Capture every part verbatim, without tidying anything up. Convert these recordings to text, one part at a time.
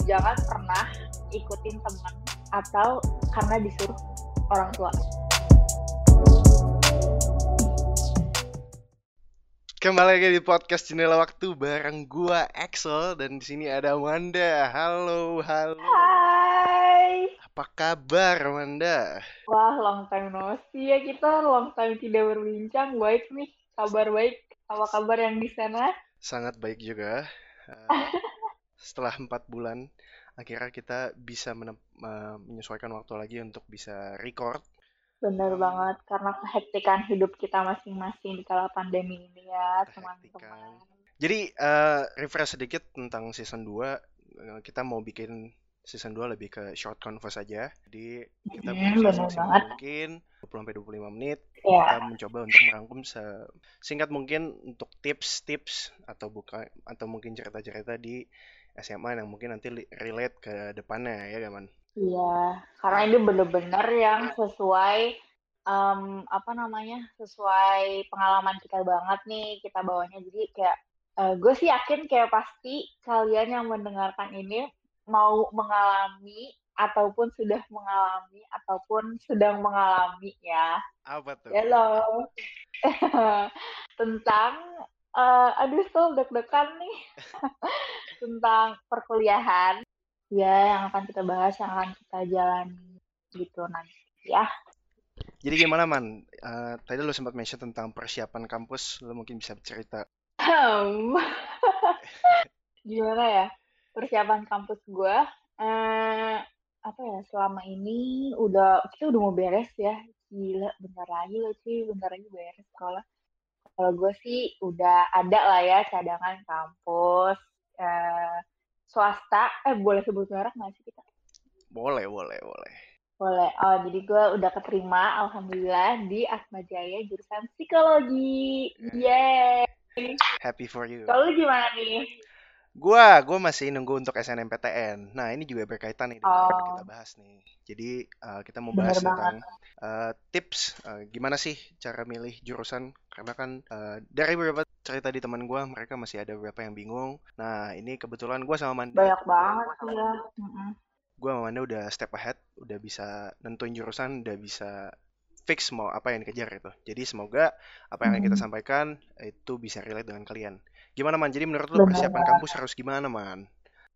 jangan pernah ikutin teman atau karena disuruh orang tua. Kembali lagi di podcast Jendela Waktu bareng gua Axel dan di sini ada Wanda. Halo, halo. Hai. Apa kabar, Wanda? Wah, long time no see ya kita, long time tidak berbincang. Baik nih, kabar baik. Apa kabar yang di sana? Sangat baik juga. Uh, setelah empat bulan, akhirnya kita bisa menem- uh, menyesuaikan waktu lagi untuk bisa record. Bener Um, banget, karena kehektikan hidup kita masing-masing di kala pandemi ini ya, teman-teman. Jadi, uh, refresh sedikit tentang season dua. Uh, kita mau bikin season dua lebih ke short converse aja. Jadi, kita Hmm, berusaha bener semaksimal banget. mungkin, dua puluh sampai dua puluh lima menit. Ya. Kita mencoba untuk merangkum sesingkat mungkin untuk tips-tips atau buka atau mungkin cerita-cerita di S M A yang mungkin nanti li- relate ke depannya ya, Gaman? Iya, karena ini bener-bener yang sesuai em, apa namanya sesuai pengalaman kita banget nih kita bawanya. Jadi kayak gue sih yakin kayak pasti kalian yang mendengarkan ini mau mengalami ataupun sudah mengalami ataupun sedang mengalami ya. Apa tuh? Hello. Tentang eh, aduh tuh deg-degan nih tentang perkuliahan. Ya, yang akan kita bahas, yang akan kita jalani gitu nanti ya. Jadi gimana, Man? Uh, tadi lu sempat mention tentang persiapan kampus, lu mungkin bisa cerita. Hmm. Gimana ya? Persiapan kampus gue, eh, apa ya, selama ini udah, kita udah mau beres ya. Gila, bentar lagi loh sih, bentar lagi beres sekolah. Kalau gue sih udah ada lah ya cadangan kampus, eh, swasta, eh boleh sebut merek nggak sih kita? Boleh, boleh, boleh. Boleh. Oh, jadi gue udah keterima, alhamdulillah, di Atma Jaya jurusan psikologi. Yeay. Happy for you. Kalau lu gimana nih? Gua, gua masih nunggu untuk S N M P T N. Nah, ini juga berkaitan nih dengan yang kita Oh, bahas nih. Jadi, uh, kita mau bener bahas banget. tentang uh, tips uh, gimana sih cara milih jurusan. Karena kan uh, dari beberapa cerita di teman gua, mereka masih ada beberapa yang bingung. Nah, ini kebetulan gua sama Manda, Banyak banget sih ya. Mm-mm. gua sama Manda udah step ahead, udah bisa nentuin jurusan, udah bisa fix mau apa yang dikejar itu. Jadi semoga apa yang akan kita Mm-mm. sampaikan itu bisa relate dengan kalian. Gimana, Man? Jadi menurut lo Bener persiapan banget. kampus harus gimana, Man?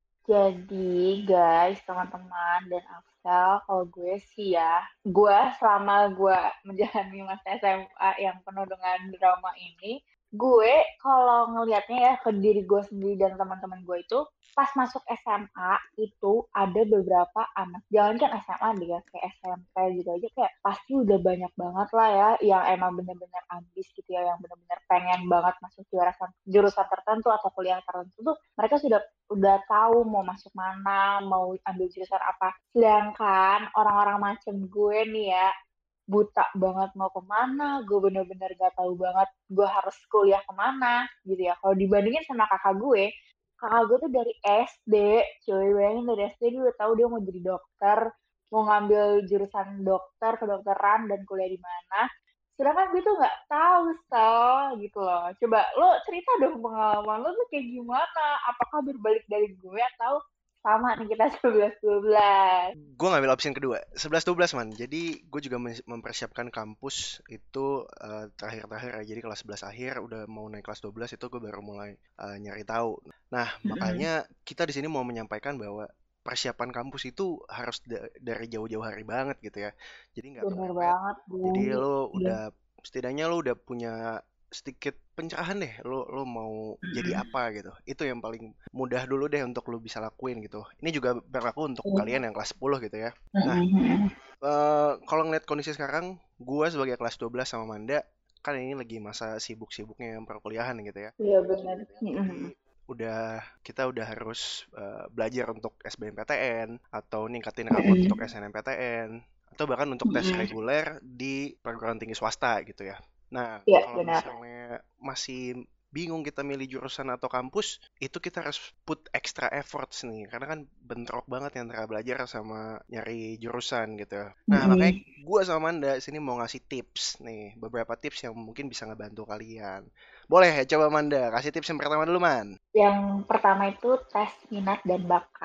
Jadi guys, teman-teman dan Afsal, kalau gue sih ya, gue selama gue menjalani masa S M A yang penuh dengan drama ini, gue kalau ngelihatnya ya ke diri gue sendiri dan teman-teman gue itu, pas masuk S M A itu ada beberapa anak, jangan kan S M A deh ya, kayak S M P gitu aja kayak pasti udah banyak banget lah ya yang emang bener-bener ambis gitu ya, yang bener-bener pengen banget masuk jurusan jurusan tertentu atau kuliah tertentu tuh mereka sudah udah tahu mau masuk mana, mau ambil jurusan apa. Sedangkan orang-orang macam gue nih ya, buta banget mau kemana, gue bener-bener gak tahu banget gue harus kuliah kemana gitu ya. Kalau dibandingin sama kakak gue, kakak gue tuh dari S D, cuy, bayangin dari S D dia udah tahu dia mau jadi dokter, mau ngambil jurusan dokter, kedokteran, dan kuliah di mana. Sedangkan gue tuh nggak tahu, Sal, gitu loh. Coba lo cerita dong pengalaman lo tuh kayak gimana? Apakah berbalik dari gue atau sama nih kita sebelas dua belas? Gue ngambil option kedua, sebelas dua belas, Man. Jadi gue juga mem- mempersiapkan kampus itu eh, terakhir-terakhir ya. Jadi kelas sebelas akhir udah mau naik kelas dua belas itu gue baru mulai eh, nyari tahu. Nah, Mm-mm. makanya kita di sini mau menyampaikan bahwa persiapan kampus itu harus da- dari jauh-jauh hari banget gitu ya. Jadi nggak Bener kepepet. banget, Jadi Bu. lo Iya. udah setidaknya lo udah punya sedikit pencerahan deh, lo lo mau jadi Mm-mm. apa gitu. Itu yang paling mudah dulu deh untuk lo bisa lakuin gitu. Ini juga berlaku untuk Iya. kalian yang kelas sepuluh gitu ya. Nah, Mm-mm. eh, kalau ngeliat kondisi sekarang, gua sebagai kelas dua belas sama Manda kan ini lagi masa sibuk-sibuknya perkuliahan gitu ya. Iya bener. Mm-mm. Jadi udah kita udah harus eh, belajar untuk S B M P T N atau ningkatin rapot untuk Mm-mm. S N M P T N atau bahkan untuk tes Mm-mm. reguler di perguruan tinggi swasta gitu ya. Nah, Iya kalau benar. misalnya masih bingung kita milih jurusan atau kampus, itu kita harus put extra efforts nih, karena kan bentrok banget yang antara belajar sama nyari jurusan gitu. Nah, makanya Mm-mm. gue sama Manda sini mau ngasih tips nih, beberapa tips yang mungkin bisa ngebantu kalian. Boleh ya, coba Manda kasih tips yang pertama dulu, Man. Yang pertama itu tes minat dan bakat.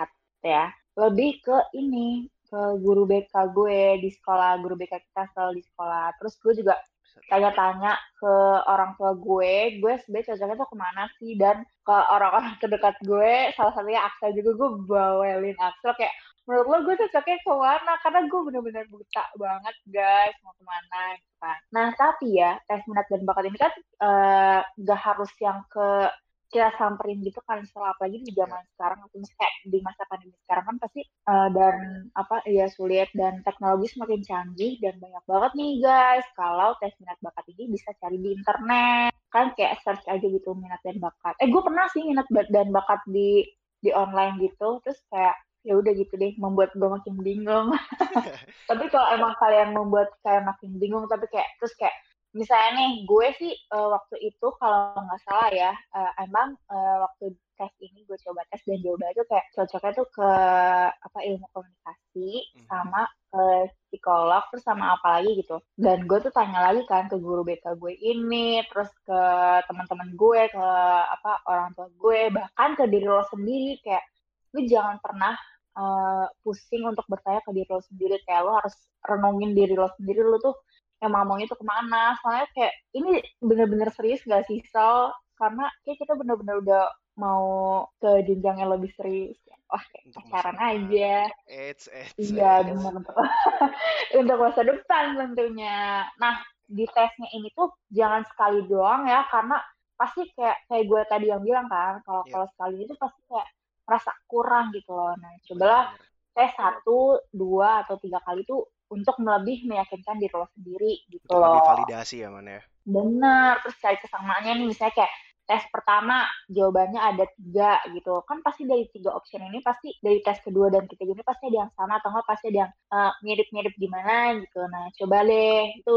ya, lebih ke ini, ke guru B K gue di sekolah, guru B K kita selalu di sekolah. Terus gue juga tanya-tanya ke orang tua gue, gue sebenarnya cocoknya tuh kemana sih, dan ke orang-orang terdekat gue, salah satunya Axel juga, gue bawelin Axel kayak, menurut lo gue cocoknya kemana, karena gue bener-bener buta banget guys, mau kemana gitu kan. Nah tapi ya, tes minat dan bakat ini kan uh, gak harus yang ke kita samperin gitu kan, setelah apalagi di Ya, zaman sekarang atau misalnya kayak di masa pandemi sekarang kan pasti uh, dan apa ya sulit, dan teknologi semakin canggih dan banyak banget nih guys kalau tes minat bakat ini bisa cari di internet kan, kayak search aja gitu minat dan bakat. Eh gue pernah sih minat dan bakat di di online gitu, terus kayak ya udah gitu deh, membuat gue makin bingung. Tapi kalau emang kalian membuat kayak makin bingung, tapi kayak terus kayak misalnya nih gue sih uh, waktu itu kalau nggak salah ya, uh, emang uh, waktu tes ini gue coba tes dan jawabannya tuh kayak cocoknya tuh ke apa ilmu komunikasi mhm. sama ke psikolog terus sama apa lagi gitu. Dan gue tuh tanya lagi kan ke guru B K gue ini, terus ke teman-teman gue, ke apa orang tua gue, bahkan ke diri lo sendiri kayak lu jangan pernah uh, pusing untuk bertanya ke diri lo sendiri, kayak lo harus renungin diri lo sendiri, lo tuh emang maunya tuh kemana. Soalnya kayak ini bener-bener serius gak sih Sal, karena kayak kita bener-bener udah mau ke jenjang yang lebih serius. Wah kayak Untuk masa pacaran depan. aja. Eits, eits, Iya eits. bener untuk, untuk masa depan tentunya. Nah di tesnya ini tuh jangan sekali doang ya, karena pasti kayak kayak gue tadi yang bilang kan, kalau Ya, kalau sekali itu pasti kayak merasa kurang gitu loh. Nah cobalah benar-benar. tes satu, dua atau tiga kali tuh untuk lebih meyakinkan diri lo sendiri gitu Untuk lebih loh. validasi ya, Man ya. Bener, terus cari kesamaannya nih, misalnya kayak tes pertama jawabannya ada tiga gitu. Kan pasti dari tiga option ini, pasti dari tes kedua dan ketiga ini pasti ada yang sama, atau enggak pasti ada yang uh, mirip-mirip gimana gitu. Nah, coba deh, itu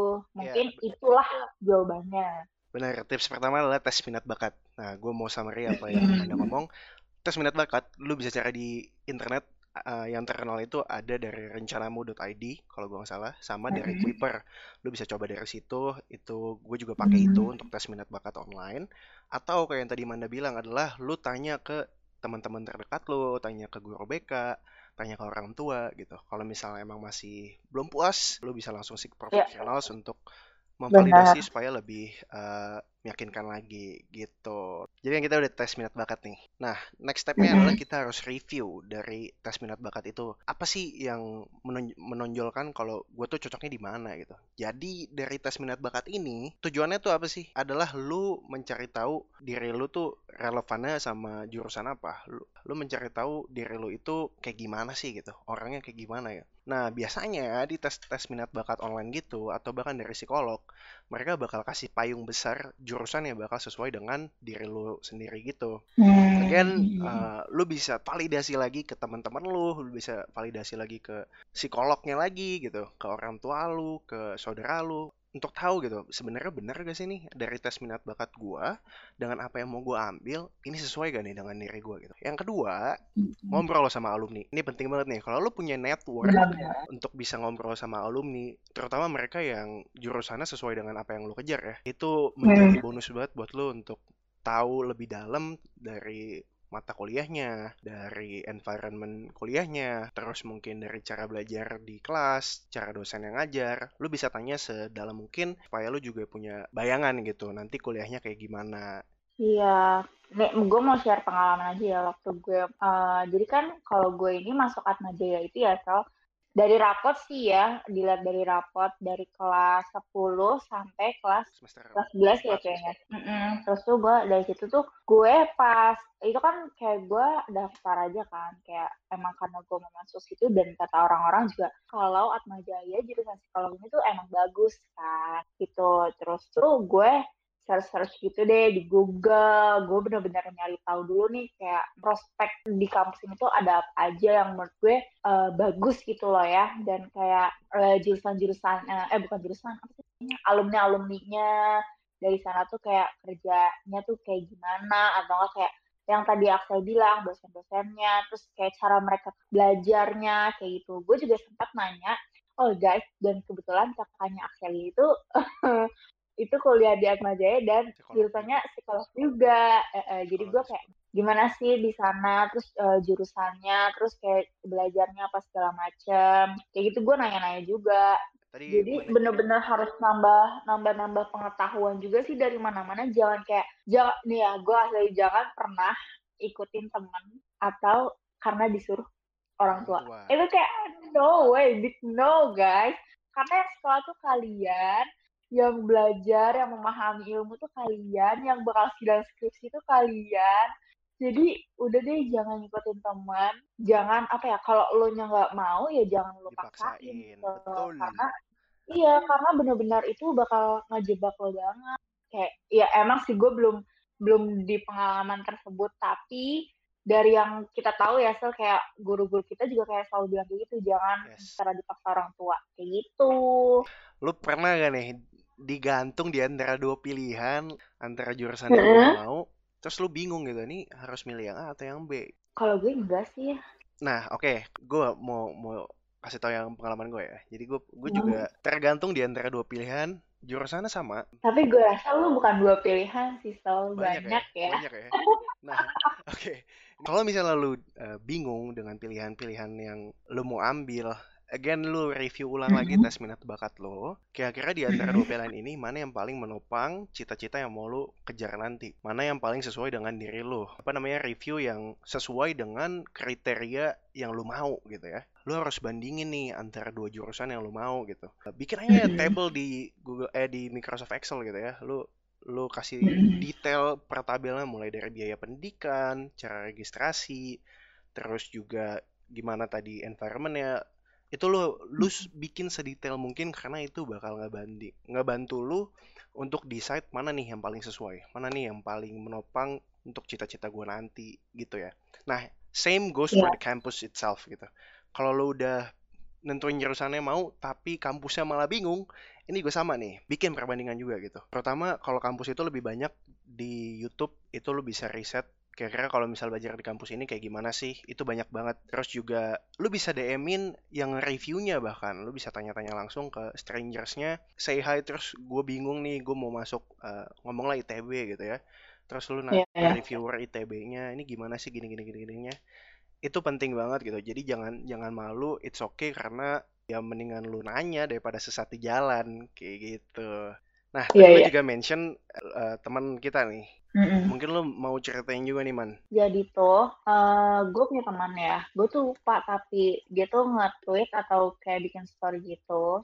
Ya, mungkin be- itulah jawabannya. benar. Tips pertama adalah tes minat bakat. Nah, gue mau summary apa yang Manda Hmm. ngomong. Tes minat bakat, lu bisa cari di internet. Uh, yang terkenal itu ada dari rencanamu dot i d kalau gue nggak salah, sama dari Mm-mm. Kuiper. Lu bisa coba dari situ. Itu gue juga pakai itu Hmm. untuk tes minat bakat online. Atau kayak yang tadi Manda bilang adalah lu tanya ke teman-teman terdekat lu, tanya ke guru B K, tanya ke orang tua gitu. Kalau misalnya emang masih belum puas, lu bisa langsung seek Ya, profesional untuk memvalidasi benar. supaya lebih eh, meyakinkan lagi gitu. Jadi yang kita udah tes minat bakat nih. Nah, next step-nya adalah Mm-mm. kita harus review dari tes minat bakat itu. Apa sih yang menonj- menonjolkan kalau gue tuh cocoknya di mana gitu. Jadi dari tes minat bakat ini, tujuannya tuh apa sih? Adalah lu mencari tahu diri lu tuh relevannya sama jurusan apa. Lu, lu mencari tahu diri lu itu kayak gimana sih gitu. Orangnya kayak gimana ya. Nah, biasanya di tes-tes minat bakat online gitu, atau bahkan dari psikolog, mereka bakal kasih payung besar jurusan yang bakal sesuai dengan diri lu sendiri gitu. Lagian, Hmm. eh, lu bisa validasi lagi ke teman-teman lu, lu bisa validasi lagi ke psikolognya lagi gitu, ke orang tua lu, ke saudara lu, untuk tahu gitu, sebenarnya benar gak sih nih dari tes minat bakat gua dengan apa yang mau gua ambil, ini sesuai gak nih dengan diri gua gitu. Yang kedua, Mm-mm. ngobrol sama alumni. Ini penting banget nih. Kalau lu punya network Benar-benar. untuk bisa ngobrol sama alumni, terutama mereka yang jurusannya sesuai dengan apa yang lu kejar ya, itu menjadi Hmm. bonus banget buat lu untuk tahu lebih dalam dari mata kuliahnya, dari environment kuliahnya, terus mungkin dari cara belajar di kelas, cara dosen yang ngajar. Lu bisa tanya sedalam mungkin supaya lu juga punya bayangan gitu, nanti kuliahnya kayak gimana. Iya, nih gue mau share pengalaman aja ya waktu gue. eh, jadi kan kalau gue ini masuk Atmajaya itu ya, Sal, dari rapot sih ya, dilihat dari rapot dari kelas sepuluh sampai kelas Semester kelas sebelas ya empat. kayaknya. Mm-mm. Terus tuh gue dari situ tuh gue pas itu kan kayak gue daftar aja kan, kayak emang karena gue mau masuk situ, dan kata orang-orang juga kalau Atmajaya jurusan psikologi ini tuh emang bagus kan gitu. Terus tuh gue search-search gitu deh di Google. Gue bener-bener nyari tahu dulu nih kayak prospek di kampus ini tuh ada apa aja yang menurut gue uh, bagus gitu loh ya. Dan kayak uh, jurusan-jurusan, uh, eh bukan jurusan, apa sih namanya, alumni-alumninya dari sana tuh kayak kerjanya tuh kayak gimana, atau enggak kayak yang tadi Axel bilang, dosen-dosennya, terus kayak cara mereka belajarnya, kayak gitu. Gue juga sempat nanya, oh guys, dan kebetulan kakaknya Axel itu itu kuliah di Atmajaya dan Psikolog jurusannya juga. psikolog juga. Eh, eh, jadi gue Psikologi kayak psikolog. gimana sih di sana, terus eh, jurusannya, terus kayak belajarnya apa segala macem. Kayak gitu gue nanya-nanya juga. Tadi Jadi mana? bener-bener harus nambah nambah nambah pengetahuan juga sih dari mana-mana. Jangan kayak jangan nih ya, gue asli jangan pernah ikutin teman atau karena disuruh orang Orang tua. tua. Itu kayak no way, big no guys. Karena yang sekolah tuh kalian, yang belajar, yang memahami ilmu tuh kalian, yang bakal sidang skripsi tuh kalian. Jadi udah deh jangan ngikutin teman, jangan apa ya kalau lo nya nggak mau ya jangan lo paksain Dipaksain. gitu. Betul. Karena iya karena benar-benar itu bakal ngejebak lo banget. Kayak ya emang sih gue belum belum di pengalaman tersebut tapi dari yang kita tahu ya Sel kayak guru-guru kita juga kayak selalu bilang kayak gitu jangan Yes. cara dipaksa orang tua kayak gitu. Lu pernah gak nih digantung di antara dua pilihan, antara jurusan yang lu Heeh. mau, terus lu bingung gitu, nih harus milih yang A atau yang B? Kalau gue enggak sih. Nah, oke, gue mau mau kasih tau yang pengalaman gue ya. Jadi gue gue juga Hmm. tergantung di antara dua pilihan, jurusannya sama, Tapi gue rasa lu bukan dua pilihan sih Sel, banyak ya, banyak ya. banyak ya. Nah, oke, kalau misalnya lu eh, bingung dengan pilihan-pilihan yang lu mau ambil, again lu review ulang lagi Mm-mm. tes minat bakat lo. Kira-kira di antara dua Mm-mm. pilihan ini mana yang paling menopang cita-cita yang mau lu kejar nanti? Mana yang paling sesuai dengan diri lu? Apa namanya review yang sesuai dengan kriteria yang lu mau gitu ya. Lu harus bandingin nih antara dua jurusan yang lu mau gitu. Bikin aja Mm-mm. table di Google eh di Microsoft Excel gitu ya. Lu lu kasih Mm-mm. detail per tabelnya mulai dari biaya pendidikan, cara registrasi, terus juga gimana tadi environmentnya. Itu lu lu s- bikin sedetail mungkin karena itu bakal ngebandi ngebantu lu untuk decide mana nih yang paling sesuai, mana nih yang paling menopang untuk cita-cita gue nanti gitu ya. Nah, same goes for Ya. the campus itself gitu. Kalau lu udah nentuin jurusannya mau, tapi kampusnya malah bingung, ini gue sama nih, bikin perbandingan juga gitu. Pertama, kalau kampus itu lebih banyak di YouTube, itu lu bisa riset, kira-kira kalau misal belajar di kampus ini kayak gimana sih, itu banyak banget. Terus juga, lu bisa D M-in yang reviewnya bahkan, lu bisa tanya-tanya langsung ke strangersnya, say hi, terus gue bingung nih, gue mau masuk, eh, ngomonglah I T B gitu ya. Terus lu Ya, nanya ya. reviewer I T B-nya, ini gimana sih gini-gini gini-gininya, itu penting banget gitu. Jadi jangan jangan malu, it's okay karena ya mendingan lu nanya daripada sesat di jalan kayak gitu. Nah, tadi Iya, lu iya. juga mention eh, teman kita nih. Mm-mm. Mungkin lu mau ceritain juga nih, Man. Jadi tuh, eh gue punya teman ya, gue tuh lupa tapi dia tuh nge-tweet atau kayak bikin story gitu,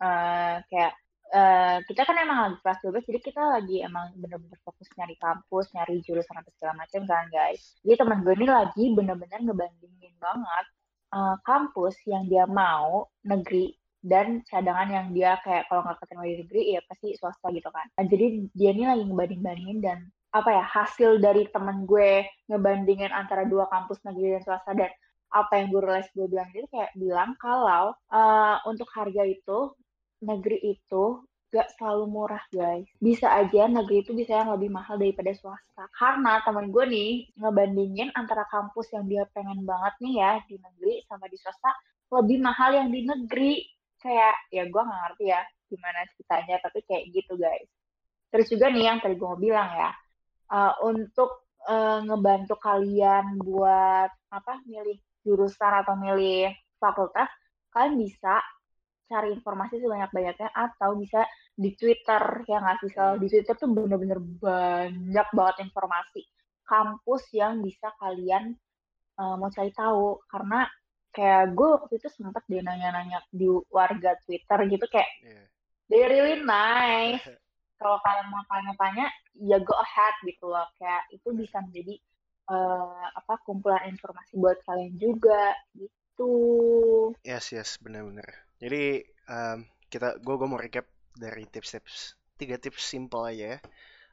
eh kayak eh kita kan emang lagi kelas dua belas, jadi kita lagi emang bener-bener fokus nyari kampus, nyari jurusan apa segala macam kan guys. Jadi teman gue ini lagi bener-bener ngebandingin banget eh, kampus yang dia mau, negeri, dan cadangan yang dia kayak kalau nggak keterima di negeri ya pasti swasta gitu kan. Nah, jadi dia ini lagi ngebanding-bandingin dan apa ya hasil dari temen gue ngebandingin antara dua kampus negeri dan swasta dan apa yang guru les gue bilang itu kayak bilang kalau uh, untuk harga itu negeri itu gak selalu murah guys, bisa aja negeri itu bisa yang lebih mahal daripada swasta karena temen gue nih ngebandingin antara kampus yang dia pengen banget nih ya di negeri sama di swasta lebih mahal yang di negeri. Kayak ya gue nggak ngerti ya gimana ceritanya tapi kayak gitu guys. Terus juga nih yang tadi gue mau bilang ya, uh, untuk uh, ngebantu kalian buat apa milih jurusan atau milih fakultas, kalian bisa cari informasi sebanyak-banyaknya atau bisa di Twitter ya nggak sih Sel? Hmm. Di Twitter tuh bener-bener banyak banget informasi kampus yang bisa kalian uh, mau cari tahu karena kayak gue waktu itu sempet dia nanya-nanya di warga Twitter gitu kayak Yeah. they really nice. Kalau kalian mau tanya-tanya, ya go ahead gitu loh. Kayak itu Bener. bisa menjadi uh, apa kumpulan informasi buat kalian juga gitu. Yes, yes, benar-benar. Jadi em, kita gue gue mau recap dari tips-tips, tiga tips simple aja ya.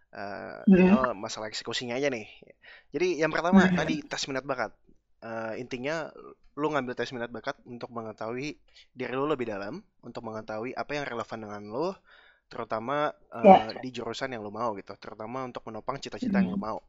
Eh, Hmm. tinggal masalah eksekusinya aja nih. Jadi yang pertama Hmm. tadi tes minat bakat. Eh, intinya lu ngambil tes minat bakat untuk mengetahui diri lu lebih dalam, untuk mengetahui apa yang relevan dengan lu, terutama Ya. eh, di jurusan yang lu mau gitu, terutama untuk menopang cita-cita yang lu Hmm. mau.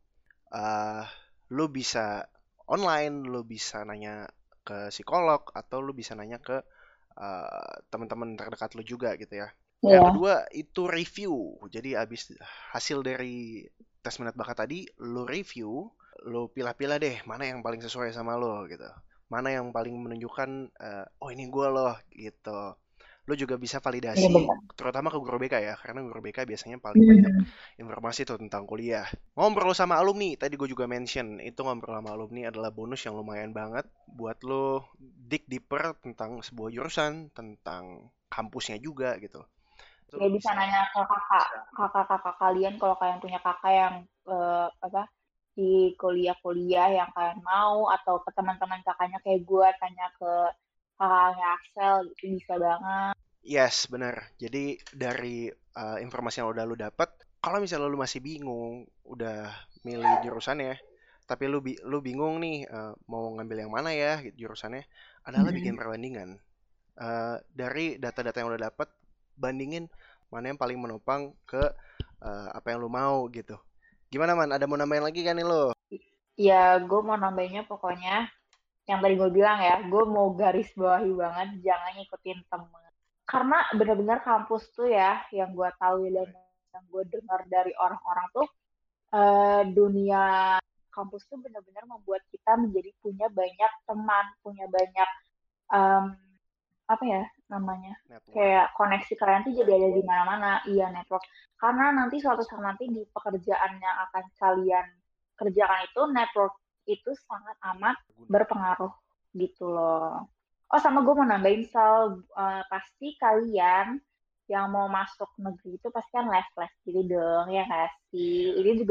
Eh, lu bisa online, lu bisa nanya ke psikolog atau lu bisa nanya ke eh, teman-teman terdekat lu juga gitu ya. Yang Iya. kedua itu review. Jadi abis hasil dari tes minat bakat tadi, lo review, lo pilah-pilah deh mana yang paling sesuai sama lo gitu. Mana yang paling menunjukkan, eh, oh ini gue loh gitu. Lo juga bisa Iya validasi, benar. terutama ke guru B K ya, karena guru B K biasanya paling banyak Hmm. informasi tuh tentang kuliah. Ngobrol sama alumni, tadi gue juga mention, itu ngobrol sama alumni adalah bonus yang lumayan banget buat lo dig deeper tentang sebuah jurusan, tentang kampusnya juga gitu. Itu Ya lo bisa bisa. nanya ke kakak, kakak-kakak kalian kalau kalian punya kakak yang eh, apa di kuliah-kuliah yang kalian mau atau ke teman-teman kakaknya kayak gue tanya ke kakaknya Axel gitu bisa banget. Yes, benar. Jadi dari uh, informasi yang udah lu dapat, kalau misalnya lu masih bingung, udah milih jurusannya, tapi lu bi- lu bingung nih uh, mau ngambil yang mana ya gitu, jurusannya, adalah bikin Mm-mm. perbandingan. Uh, dari data-data yang udah dapat, bandingin mana yang paling menopang ke uh, apa yang lu mau gitu. Gimana man? Ada mau nambahin lagi kan nih lo? Ya gue mau nambahinnya pokoknya yang tadi gue bilang ya, gue mau garis bawahi banget jangan ngikutin temen. Karena benar-benar kampus tuh ya yang gue tahu dan yang gue dengar dari orang-orang tuh eh, dunia kampus tuh benar-benar membuat kita menjadi punya banyak teman, punya banyak em, apa ya namanya Network. kayak koneksi kalian tuh jadi ada di mana-mana, iya network. Karena nanti suatu saat nanti di pekerjaan yang akan kalian kerjakan itu network itu sangat amat berpengaruh gitu loh. Oh sama gue mau nambahin Sal, eh, pasti kalian yang mau masuk negeri itu pasti kan les-les gitu dong ya nggak sih? Iya. Ini juga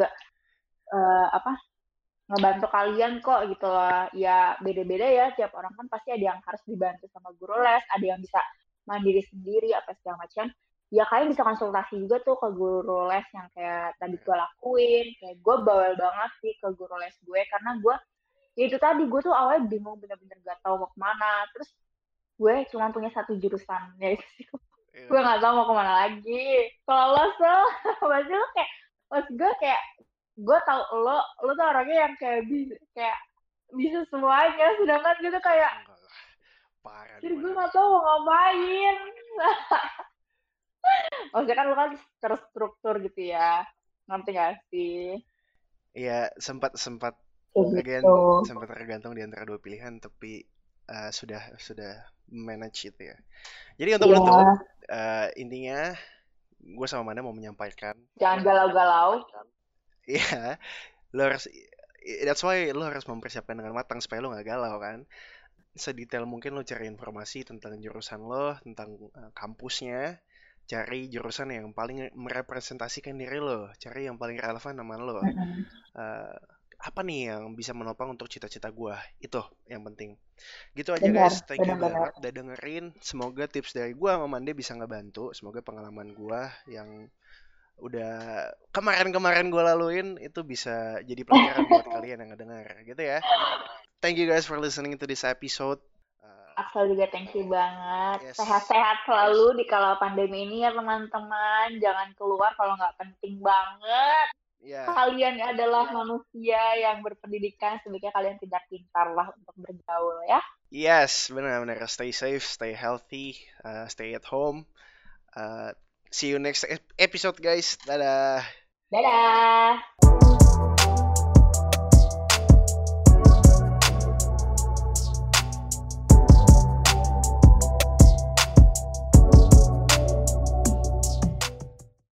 eh, apa ngebantu kalian kok gitu loh. Ya beda-beda ya, tiap orang kan pasti ada yang harus dibantu sama guru les, ada yang bisa mandiri sendiri apa segala macam. Ya kalian bisa konsultasi juga tuh ke guru les yang kayak tadi Benar. gue lakuin. Kayak gue bawel banget sih ke guru les gue karena gue ya itu tadi gue tuh awalnya bingung bener-bener gak tahu mau kemana. Terus gue cuma punya satu jurusan ya itu sih. Gue Iya. gak tahu mau kemana lagi. Kalau lo so, pasti lo kayak, maksud gue kayak gue tau lo lo tuh orangnya yang kayak bisa kayak bisa semuanya sedangkan gitu kayak Enggak lah. Parah di jadi gue mana nggak nih? tahu mau ngapain. Maksudnya kan lo kan terstruktur gitu ya, ngerti gak sih Iya, sempat sempat kayak again gitu. sempat tergantung di antara dua pilihan, tapi eh, sudah sudah manage itu ya. Jadi untuk Iya, lu tuh eh, intinya gue sama Manda mau menyampaikan, jangan galau-galau. iya, lo harus, that's why lo harus mempersiapkan dengan matang supaya lo nggak galau kan. Sedetail mungkin lo cari informasi tentang jurusan lo, tentang eh, kampusnya, cari jurusan yang paling merepresentasikan diri lo, cari yang paling relevan sama lo. Mm-mm. Eh, apa nih yang bisa menopang untuk cita-cita gue, itu yang penting. Gitu aja Benar, guys, thank you benar-benar. banget udah dengerin. Semoga tips dari gue sama Mande bisa ngebantu. Semoga pengalaman gue yang udah kemarin-kemarin gue laluin itu bisa jadi pelajaran buat kalian yang ngedenger gitu ya. Thank you guys for listening to this episode. Uh, Asal juga thank you banget. yes, Sehat-sehat selalu di kala pandemi ini ya teman-teman. Jangan keluar kalau nggak penting banget. ya, Kalian adalah manusia yang berpendidikan, sebaiknya kalian tidak pintar lah untuk bergaul ya. yes, benar-benar stay safe, stay healthy, uh, stay at home. Uh, see you next ep- episode guys. Dadah. Dadah!